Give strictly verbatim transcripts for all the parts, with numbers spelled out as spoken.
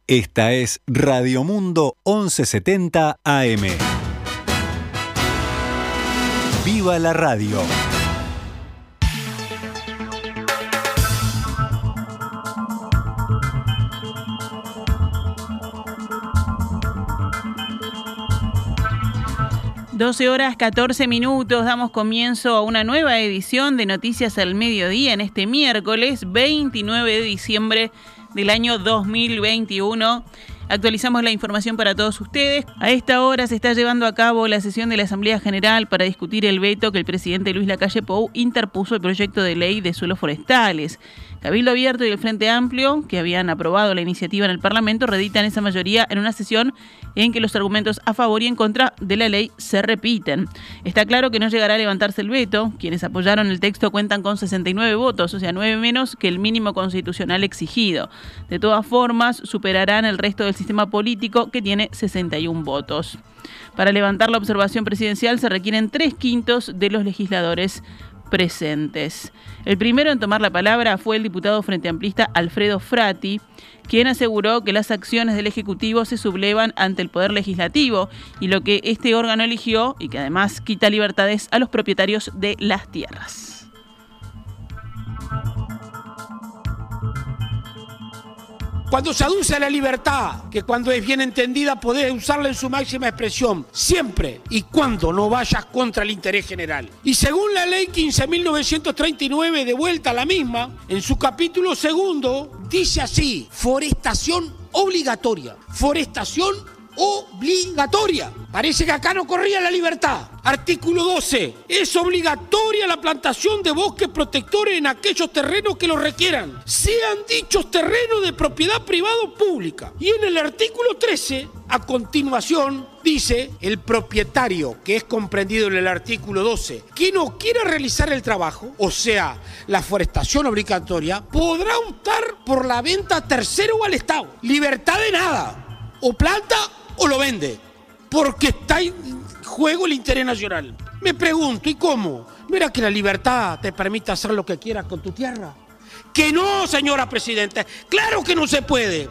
Esta es Radio Mundo once setenta A M. ¡Viva la radio! doce horas catorce minutos, damos comienzo a una nueva edición de Noticias al Mediodía en este miércoles veintinueve de diciembre del año dos mil veintiuno. Actualizamos la información para todos ustedes. A esta hora se está llevando a cabo la sesión de la Asamblea General para discutir el veto que el presidente Luis Lacalle Pou interpuso al proyecto de ley de suelos forestales. Cabildo Abierto y el Frente Amplio, que habían aprobado la iniciativa en el Parlamento, reeditan esa mayoría en una sesión en que los argumentos a favor y en contra de la ley se repiten. Está claro que no llegará a levantarse el veto. Quienes apoyaron el texto cuentan con sesenta y nueve votos, o sea, nueve menos que el mínimo constitucional exigido. De todas formas, superarán el resto del sistema político, que tiene sesenta y un votos. Para levantar la observación presidencial se requieren tres quintos de los legisladores presentes. El primero en tomar la palabra fue el diputado frente amplista Alfredo Frati, quien aseguró que las acciones del Ejecutivo se sublevan ante el Poder Legislativo y lo que este órgano eligió, y que además quita libertades a los propietarios de las tierras. Cuando se aduce la libertad, que cuando es bien entendida podés usarla en su máxima expresión, siempre y cuando no vayas contra el interés general. Y según la ley quince mil novecientos treinta y nueve, de vuelta a la misma, en su capítulo segundo, dice así: forestación obligatoria, forestación obligatoria. Parece que acá no corría la libertad. Artículo doce. Es obligatoria la plantación de bosques protectores en aquellos terrenos que lo requieran, sean dichos terrenos de propiedad privada o pública. Y en el artículo trece, a continuación, dice: el propietario, que es comprendido en el artículo doce, que no quiera realizar el trabajo, o sea, la forestación obligatoria, podrá optar por la venta a tercero o al Estado. Libertad de nada. O planta o lo vende, porque está en juego el interés nacional. Me pregunto, ¿y cómo? ¿No era que la libertad te permite hacer lo que quieras con tu tierra? ¡Que no, señora presidenta! ¡Claro que no se puede!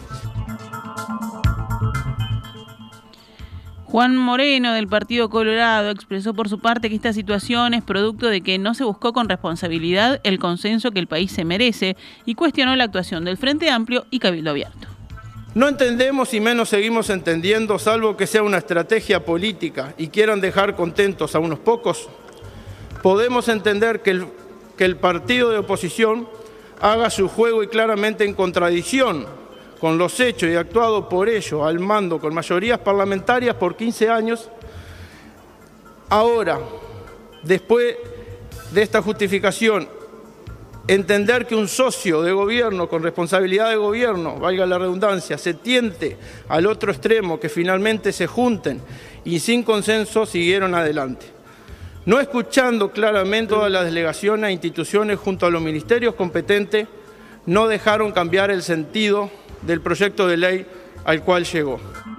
Juan Moreno, del Partido Colorado, expresó por su parte que esta situación es producto de que no se buscó con responsabilidad el consenso que el país se merece y cuestionó la actuación del Frente Amplio y Cabildo Abierto. No entendemos y menos seguimos entendiendo, salvo que sea una estrategia política y quieran dejar contentos a unos pocos. Podemos entender que el, que el partido de oposición haga su juego y claramente en contradicción con los hechos y actuado por ello al mando con mayorías parlamentarias por quince años. Ahora, después de esta justificación, entender que un socio de gobierno con responsabilidad de gobierno, valga la redundancia, se tiente al otro extremo, que finalmente se junten y sin consenso siguieron adelante. No escuchando claramente todas las delegaciones e instituciones junto a los ministerios competentes, no dejaron cambiar el sentido del proyecto de ley al cual llegó.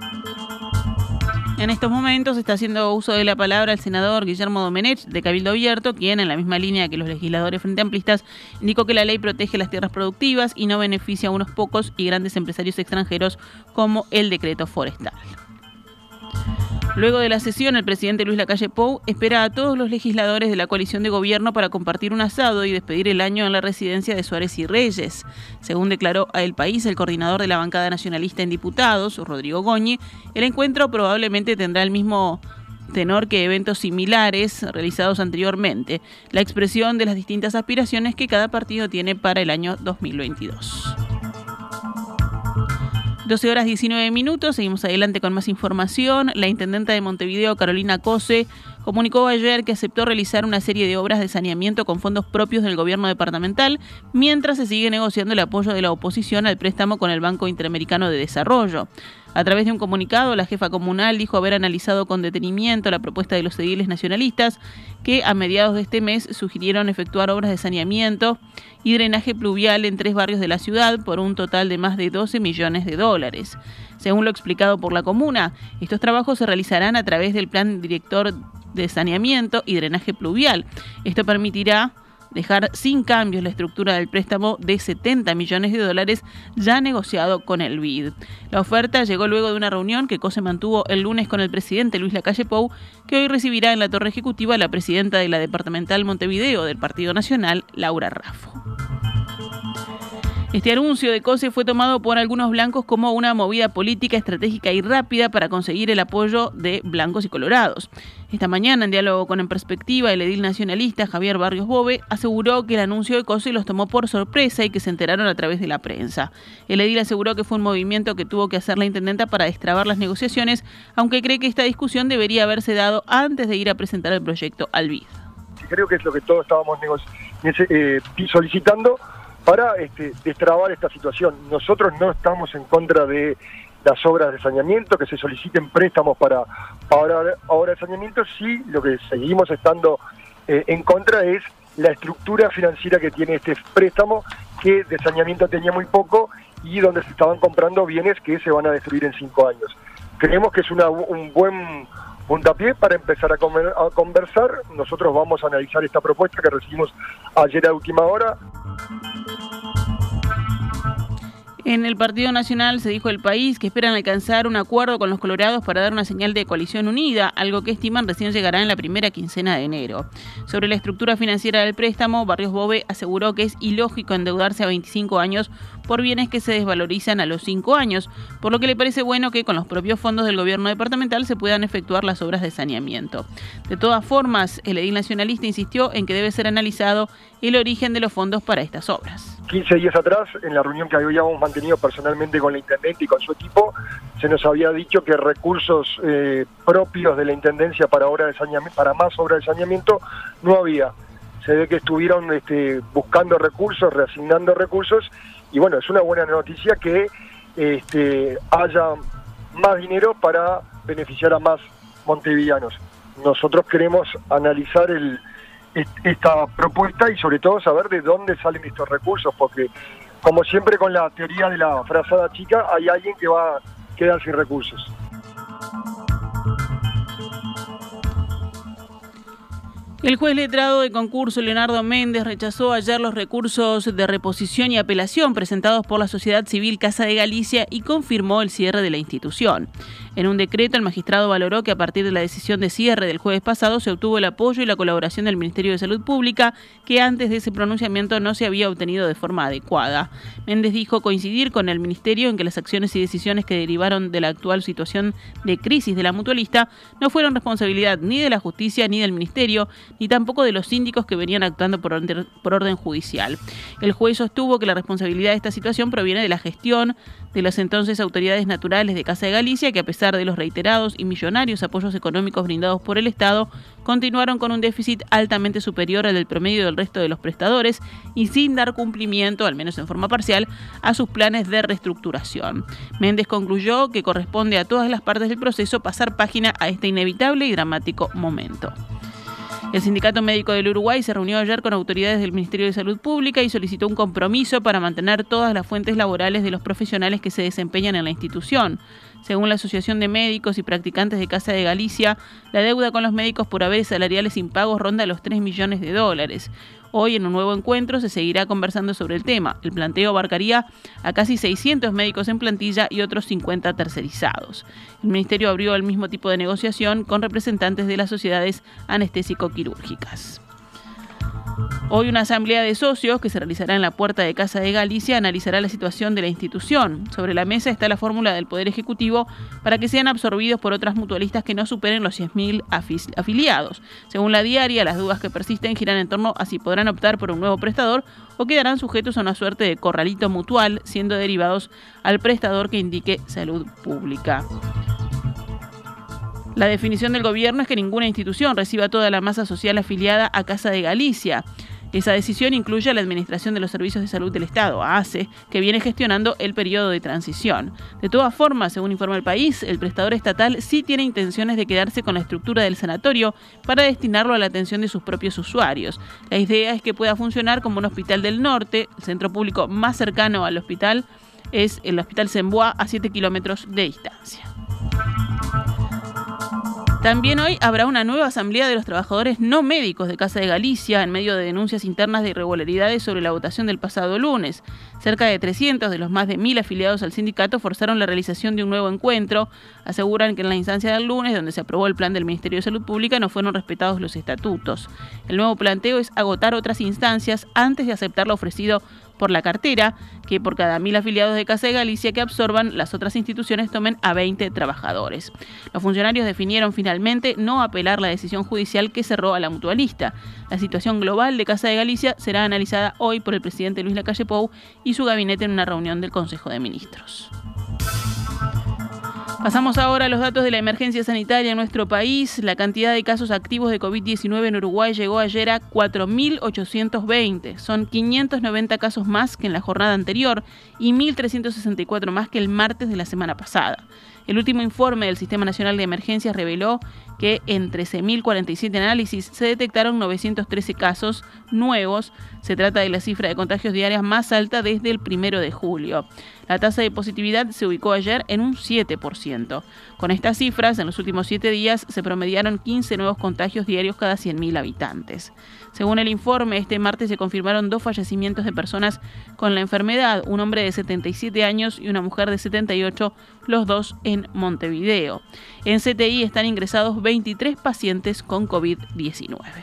En estos momentos está haciendo uso de la palabra el senador Guillermo Domenech, de Cabildo Abierto, quien, en la misma línea que los legisladores frente amplistas, indicó que la ley protege las tierras productivas y no beneficia a unos pocos y grandes empresarios extranjeros como el decreto forestal. Luego de la sesión, el presidente Luis Lacalle Pou espera a todos los legisladores de la coalición de gobierno para compartir un asado y despedir el año en la residencia de Suárez y Reyes. Según declaró a El País el coordinador de la bancada nacionalista en diputados, Rodrigo Goñi, el encuentro probablemente tendrá el mismo tenor que eventos similares realizados anteriormente, la expresión de las distintas aspiraciones que cada partido tiene para el año dos mil veintidós. doce horas diecinueve minutos, seguimos adelante con más información. La intendenta de Montevideo, Carolina Cose, comunicó ayer que aceptó realizar una serie de obras de saneamiento con fondos propios del gobierno departamental, mientras se sigue negociando el apoyo de la oposición al préstamo con el Banco Interamericano de Desarrollo. A través de un comunicado, la jefa comunal dijo haber analizado con detenimiento la propuesta de los ediles nacionalistas, que a mediados de este mes sugirieron efectuar obras de saneamiento y drenaje pluvial en tres barrios de la ciudad por un total de más de doce millones de dólares. Según lo explicado por la comuna, estos trabajos se realizarán a través del Plan Director de Saneamiento y Drenaje Pluvial. Esto permitirá dejar sin cambios la estructura del préstamo de setenta millones de dólares ya negociado con el B I D. La oferta llegó luego de una reunión que COSE mantuvo el lunes con el presidente Luis Lacalle Pou, que hoy recibirá en la torre ejecutiva a la presidenta de la departamental Montevideo del Partido Nacional, Laura Raffo. Este anuncio de COSE fue tomado por algunos blancos como una movida política estratégica y rápida para conseguir el apoyo de blancos y colorados. Esta mañana, en diálogo con En Perspectiva, el edil nacionalista Javier Barrios Bove aseguró que el anuncio de COSE los tomó por sorpresa y que se enteraron a través de la prensa. El edil aseguró que fue un movimiento que tuvo que hacer la intendenta para destrabar las negociaciones, aunque cree que esta discusión debería haberse dado antes de ir a presentar el proyecto al B I D. Creo que es lo que todos estábamos eh, solicitando para este, destrabar esta situación. Nosotros no estamos en contra de las obras de saneamiento, que se soliciten préstamos para, para obras de saneamiento. Sí, lo que seguimos estando eh, en contra es la estructura financiera que tiene este préstamo, que de saneamiento tenía muy poco y donde se estaban comprando bienes que se van a destruir en cinco años. Creemos que es una, un buen puntapié para empezar a, comer, a conversar. Nosotros vamos a analizar esta propuesta que recibimos ayer a última hora. En el Partido Nacional se dijo El País que esperan alcanzar un acuerdo con los colorados para dar una señal de coalición unida, algo que estiman recién llegará en la primera quincena de enero. Sobre la estructura financiera del préstamo, Barrios Bove aseguró que es ilógico endeudarse a veinticinco años por bienes que se desvalorizan a los cinco años, por lo que le parece bueno que con los propios fondos del gobierno departamental se puedan efectuar las obras de saneamiento. De todas formas, el edil nacionalista insistió en que debe ser analizado el origen de los fondos para estas obras. quince días atrás, en la reunión que habíamos mantenido personalmente con la intendente y con su equipo, se nos había dicho que recursos eh, propios de la intendencia para obra de saneamiento, para más obras de saneamiento no había. Se ve que estuvieron este, buscando recursos, reasignando recursos, y bueno, es una buena noticia que este, haya más dinero para beneficiar a más montevideanos. Nosotros queremos analizar el esta propuesta y sobre todo saber de dónde salen estos recursos, porque como siempre con la teoría de la frazada chica hay alguien que va a quedar sin recursos. El juez letrado de concurso Leonardo Méndez rechazó ayer los recursos de reposición y apelación presentados por la sociedad civil Casa de Galicia y confirmó el cierre de la institución. En un decreto, el magistrado valoró que a partir de la decisión de cierre del jueves pasado se obtuvo el apoyo y la colaboración del Ministerio de Salud Pública, que antes de ese pronunciamiento no se había obtenido de forma adecuada. Méndez dijo coincidir con el Ministerio en que las acciones y decisiones que derivaron de la actual situación de crisis de la mutualista no fueron responsabilidad ni de la justicia ni del Ministerio, ni tampoco de los síndicos que venían actuando por orden, por orden judicial. El juez sostuvo que la responsabilidad de esta situación proviene de la gestión de las entonces autoridades naturales de Casa de Galicia, que a pesar de los reiterados y millonarios apoyos económicos brindados por el Estado, continuaron con un déficit altamente superior al del promedio del resto de los prestadores y sin dar cumplimiento, al menos en forma parcial, a sus planes de reestructuración. Méndez concluyó que corresponde a todas las partes del proceso pasar página a este inevitable y dramático momento. El Sindicato Médico del Uruguay se reunió ayer con autoridades del Ministerio de Salud Pública y solicitó un compromiso para mantener todas las fuentes laborales de los profesionales que se desempeñan en la institución. Según la Asociación de Médicos y Practicantes de Casa de Galicia, la deuda con los médicos por haberes salariales impagos ronda los tres millones de dólares. Hoy, en un nuevo encuentro, se seguirá conversando sobre el tema. El planteo abarcaría a casi seiscientos médicos en plantilla y otros cincuenta tercerizados. El Ministerio abrió el mismo tipo de negociación con representantes de las sociedades anestésico-quirúrgicas. Hoy una asamblea de socios que se realizará en la puerta de Casa de Galicia analizará la situación de la institución. Sobre la mesa está la fórmula del Poder Ejecutivo para que sean absorbidos por otras mutualistas que no superen los diez mil afiliados. Según la diaria, las dudas que persisten giran en torno a si podrán optar por un nuevo prestador o quedarán sujetos a una suerte de corralito mutual, siendo derivados al prestador que indique Salud Pública. La definición del gobierno es que ninguna institución reciba toda la masa social afiliada a Casa de Galicia. Esa decisión incluye a la Administración de los Servicios de Salud del Estado, A S E, que viene gestionando el periodo de transición. De todas formas, según informa El País, el prestador estatal sí tiene intenciones de quedarse con la estructura del sanatorio para destinarlo a la atención de sus propios usuarios. La idea es que pueda funcionar como un hospital del norte. El centro público más cercano al hospital es el Hospital Semboá, a siete kilómetros de distancia. También hoy habrá una nueva asamblea de los trabajadores no médicos de Casa de Galicia en medio de denuncias internas de irregularidades sobre la votación del pasado lunes. Cerca de trescientos de los más de mil afiliados al sindicato forzaron la realización de un nuevo encuentro. Aseguran que en la instancia del lunes, donde se aprobó el plan del Ministerio de Salud Pública, no fueron respetados los estatutos. El nuevo planteo es agotar otras instancias antes de aceptar lo ofrecido por la cartera, que por cada mil afiliados de Casa de Galicia que absorban, las otras instituciones tomen a veinte trabajadores. Los funcionarios definieron finalmente no apelar la decisión judicial que cerró a la mutualista. La situación global de Casa de Galicia será analizada hoy por el presidente Luis Lacalle Pou y su gabinete en una reunión del Consejo de Ministros. Pasamos ahora a los datos de la emergencia sanitaria en nuestro país. La cantidad de casos activos de COVID diecinueve en Uruguay llegó ayer a cuatro mil ochocientos veinte. Son quinientos noventa casos más que en la jornada anterior y mil trescientos sesenta y cuatro más que el martes de la semana pasada. El último informe del Sistema Nacional de Emergencias reveló que en trece mil cuarenta y siete análisis se detectaron novecientos trece casos nuevos. Se trata de la cifra de contagios diarias más alta desde el primero de julio. La tasa de positividad se ubicó ayer en un siete por ciento. Con estas cifras, en los últimos siete días se promediaron quince nuevos contagios diarios cada cien mil habitantes. Según el informe, este martes se confirmaron dos fallecimientos de personas con la enfermedad, un hombre de setenta y siete años y una mujer de setenta y ocho, los dos en Montevideo. En C T I están ingresados veintitrés pacientes con COVID diecinueve.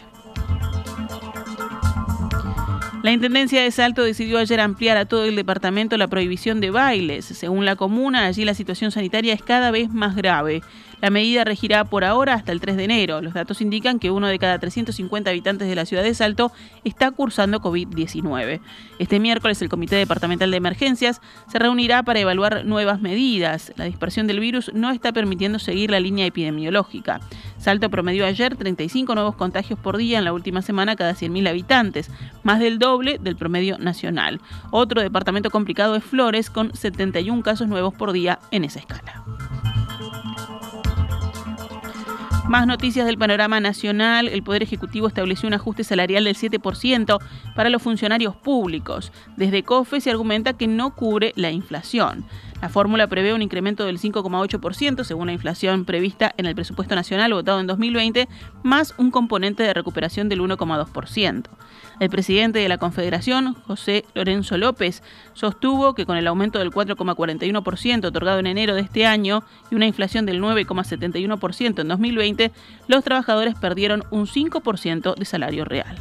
La Intendencia de Salto decidió ayer ampliar a todo el departamento la prohibición de bailes. Según la comuna, allí la situación sanitaria es cada vez más grave. La medida regirá por ahora hasta el tres de enero. Los datos indican que uno de cada trescientos cincuenta habitantes de la ciudad de Salto está cursando COVID diecinueve. Este miércoles el Comité Departamental de Emergencias se reunirá para evaluar nuevas medidas. La dispersión del virus no está permitiendo seguir la línea epidemiológica. Salto promedió ayer treinta y cinco nuevos contagios por día en la última semana cada cien mil habitantes, más del doble del promedio nacional. Otro departamento complicado es Flores, con setenta y un casos nuevos por día en esa escala. Más noticias del panorama nacional. El Poder Ejecutivo estableció un ajuste salarial del siete por ciento para los funcionarios públicos. Desde COFE se argumenta que no cubre la inflación. La fórmula prevé un incremento del cinco coma ocho por ciento según la inflación prevista en el presupuesto nacional votado en dos mil veinte, más un componente de recuperación del uno coma dos por ciento. El presidente de la Confederación, José Lorenzo López, sostuvo que con el aumento del cuatro coma cuarenta y uno por ciento otorgado en enero de este año y una inflación del nueve coma setenta y uno por ciento en dos mil veinte, los trabajadores perdieron un cinco por ciento de salario real.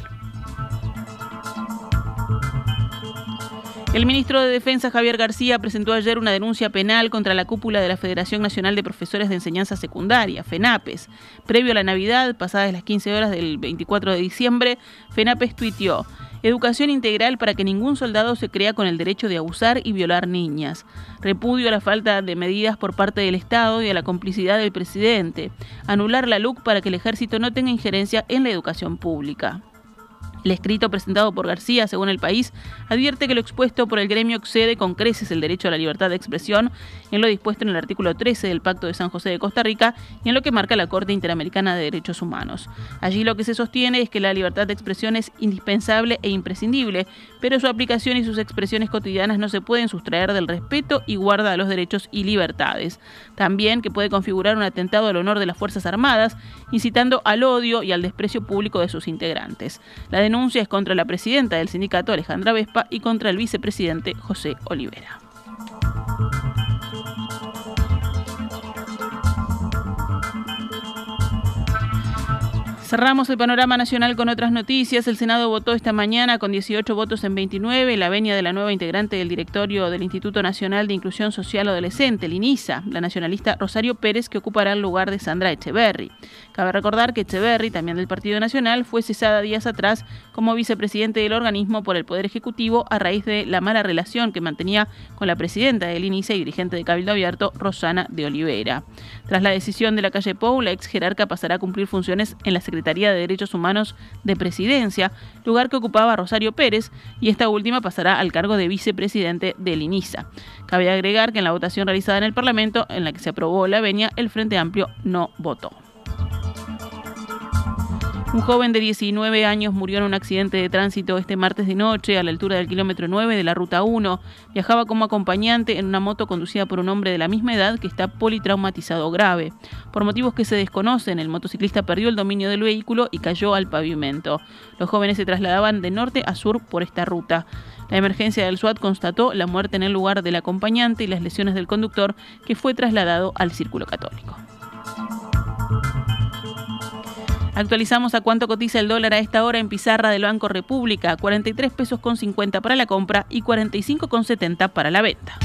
El ministro de Defensa, Javier García, presentó ayer una denuncia penal contra la cúpula de la Federación Nacional de Profesores de Enseñanza Secundaria, FENAPES. Previo a la Navidad, pasadas las quince horas del veinticuatro de diciembre, FENAPES tuiteó: educación integral para que ningún soldado se crea con el derecho de abusar y violar niñas. Repudio a la falta de medidas por parte del Estado y a la complicidad del presidente. Anular la L U C para que el ejército no tenga injerencia en la educación pública. El escrito presentado por García, según El País, advierte que lo expuesto por el gremio excede con creces el derecho a la libertad de expresión en lo dispuesto en el artículo trece del Pacto de San José de Costa Rica y en lo que marca la Corte Interamericana de Derechos Humanos. Allí lo que se sostiene es que la libertad de expresión es indispensable e imprescindible, pero su aplicación y sus expresiones cotidianas no se pueden sustraer del respeto y guarda a los derechos y libertades. También que puede configurar un atentado al honor de las Fuerzas Armadas, incitando al odio y al desprecio público de sus integrantes. La denuncia es contra la presidenta del sindicato, Alejandra Vespa, y contra el vicepresidente, José Olivera. Cerramos el panorama nacional con otras noticias. El Senado votó esta mañana con dieciocho votos en veintinueve la venia de la nueva integrante del directorio del Instituto Nacional de Inclusión Social Adolescente, el INISA, la nacionalista Rosario Pérez, que ocupará el lugar de Sandra Echeverri. Cabe recordar que Echeverri, también del Partido Nacional, fue cesada días atrás como vicepresidente del organismo por el Poder Ejecutivo a raíz de la mala relación que mantenía con la presidenta del INISA y dirigente de Cabildo Abierto, Rosana de Olivera. Tras la decisión de Lacalle Pou, la ex jerarca pasará a cumplir funciones en la Secretaría de Derechos Humanos de Presidencia, lugar que ocupaba Rosario Pérez, y esta última pasará al cargo de vicepresidente del INISA. Cabe agregar que en la votación realizada en el Parlamento, en la que se aprobó la venia, el Frente Amplio no votó. Un joven de diecinueve años murió en un accidente de tránsito este martes de noche a la altura del kilómetro nueve de la Ruta uno. Viajaba como acompañante en una moto conducida por un hombre de la misma edad que está politraumatizado grave. Por motivos que se desconocen, el motociclista perdió el dominio del vehículo y cayó al pavimento. Los jóvenes se trasladaban de norte a sur por esta ruta. La emergencia del SWAT constató la muerte en el lugar del acompañante y las lesiones del conductor, que fue trasladado al Círculo Católico. Actualizamos a cuánto cotiza el dólar a esta hora en pizarra del Banco República: cuarenta y tres pesos con cincuenta para la compra y cuarenta y cinco con setenta para la venta.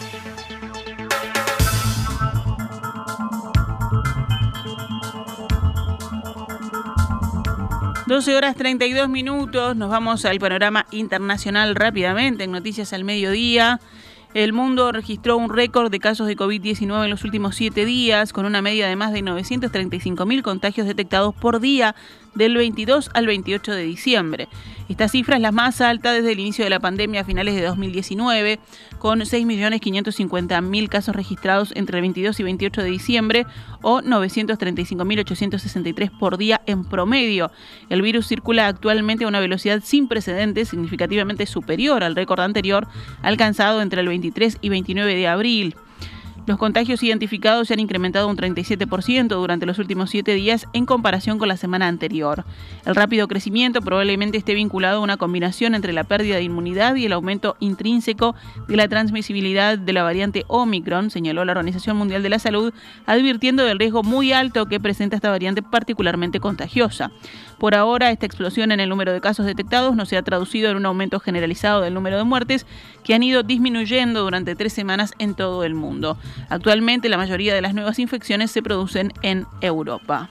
doce horas treinta y dos minutos, nos vamos al panorama internacional rápidamente en Noticias al Mediodía. El mundo registró un récord de casos de COVID diecinueve en los últimos siete días, con una media de más de novecientos treinta y cinco mil contagios detectados por día del veintidós al veintiocho de diciembre. Esta cifra es la más alta desde el inicio de la pandemia a finales de dos mil diecinueve, con seis millones quinientos cincuenta mil casos registrados entre el veintidós y veintiocho de diciembre, o novecientos treinta y cinco mil ochocientos sesenta y tres por día en promedio. El virus circula actualmente a una velocidad sin precedentes, significativamente superior al récord anterior, alcanzado entre el veintitrés y veintinueve de abril. Los contagios identificados se han incrementado un treinta y siete por ciento durante los últimos siete días en comparación con la semana anterior. El rápido crecimiento probablemente esté vinculado a una combinación entre la pérdida de inmunidad y el aumento intrínseco de la transmisibilidad de la variante Omicron, señaló la Organización Mundial de la Salud, advirtiendo del riesgo muy alto que presenta esta variante particularmente contagiosa. Por ahora, esta explosión en el número de casos detectados no se ha traducido en un aumento generalizado del número de muertes, que han ido disminuyendo durante tres semanas en todo el mundo. Actualmente, la mayoría de las nuevas infecciones se producen en Europa.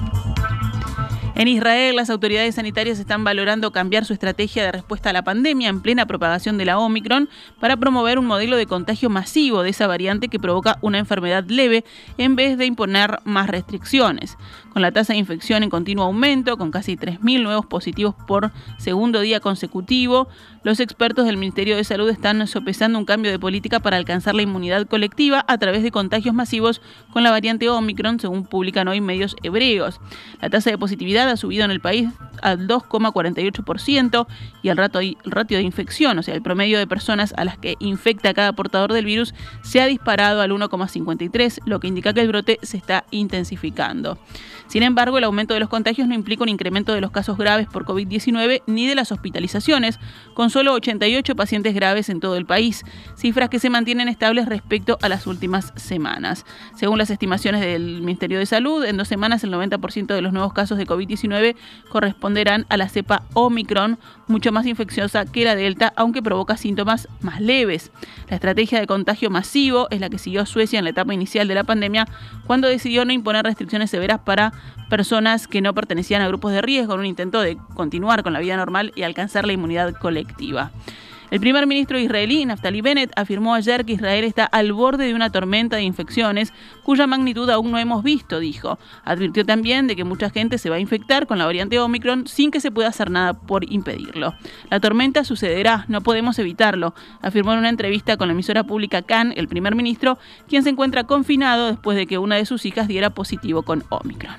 En Israel, las autoridades sanitarias están valorando cambiar su estrategia de respuesta a la pandemia en plena propagación de la Omicron para promover un modelo de contagio masivo de esa variante que provoca una enfermedad leve en vez de imponer más restricciones. Con la tasa de infección en continuo aumento, con casi tres mil nuevos positivos por segundo día consecutivo, los expertos del Ministerio de Salud están sopesando un cambio de política para alcanzar la inmunidad colectiva a través de contagios masivos con la variante Omicron, según publican hoy medios hebreos. La tasa de positividad ha subido en el país al dos coma cuarenta y ocho por ciento y el ratio, el ratio de infección, o sea, el promedio de personas a las que infecta cada portador del virus, se ha disparado al uno coma cincuenta y tres, lo que indica que el brote se está intensificando. Sin embargo, el aumento de los contagios no implica un incremento de los casos graves por COVID diecinueve ni de las hospitalizaciones, con solo ochenta y ocho pacientes graves en todo el país, cifras que se mantienen estables respecto a las últimas semanas. Según las estimaciones del Ministerio de Salud, en dos semanas el noventa por ciento de los nuevos casos de COVID diecinueve corresponderán a la cepa Omicron, mucho más infecciosa que la Delta, aunque provoca síntomas más leves. La estrategia de contagio masivo es la que siguió Suecia en la etapa inicial de la pandemia, cuando decidió no imponer restricciones severas para personas que no pertenecían a grupos de riesgo, en un intento de continuar con la vida normal y alcanzar la inmunidad colectiva. El primer ministro israelí, Naftali Bennett, afirmó ayer que Israel está al borde de una tormenta de infecciones cuya magnitud aún no hemos visto, dijo. Advirtió también de que mucha gente se va a infectar con la variante Omicron sin que se pueda hacer nada por impedirlo. La tormenta sucederá, no podemos evitarlo, afirmó en una entrevista con la emisora pública Kan el primer ministro, quien se encuentra confinado después de que una de sus hijas diera positivo con Omicron.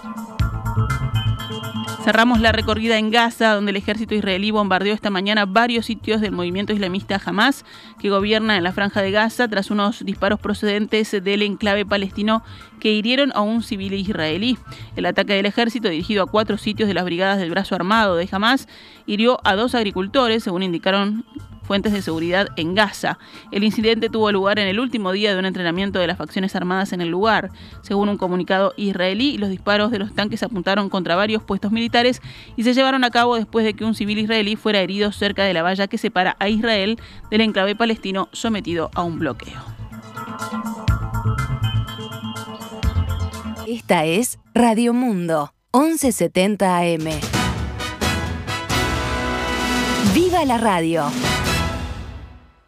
Cerramos la recorrida en Gaza, donde el ejército israelí bombardeó esta mañana varios sitios del movimiento islamista Hamas, que gobierna en la franja de Gaza, tras unos disparos procedentes del enclave palestino que hirieron a un civil israelí. El ataque del ejército, dirigido a cuatro sitios de las brigadas del brazo armado de Hamas, hirió a dos agricultores, según indicaron fuentes de seguridad en Gaza. El incidente tuvo lugar en el último día de un entrenamiento de las facciones armadas en el lugar. Según un comunicado israelí, los disparos de los tanques apuntaron contra varios puestos militares y se llevaron a cabo después de que un civil israelí fuera herido cerca de la valla que separa a Israel del enclave palestino sometido a un bloqueo. Esta es Radio Mundo, once setenta A M. ¡Viva la radio!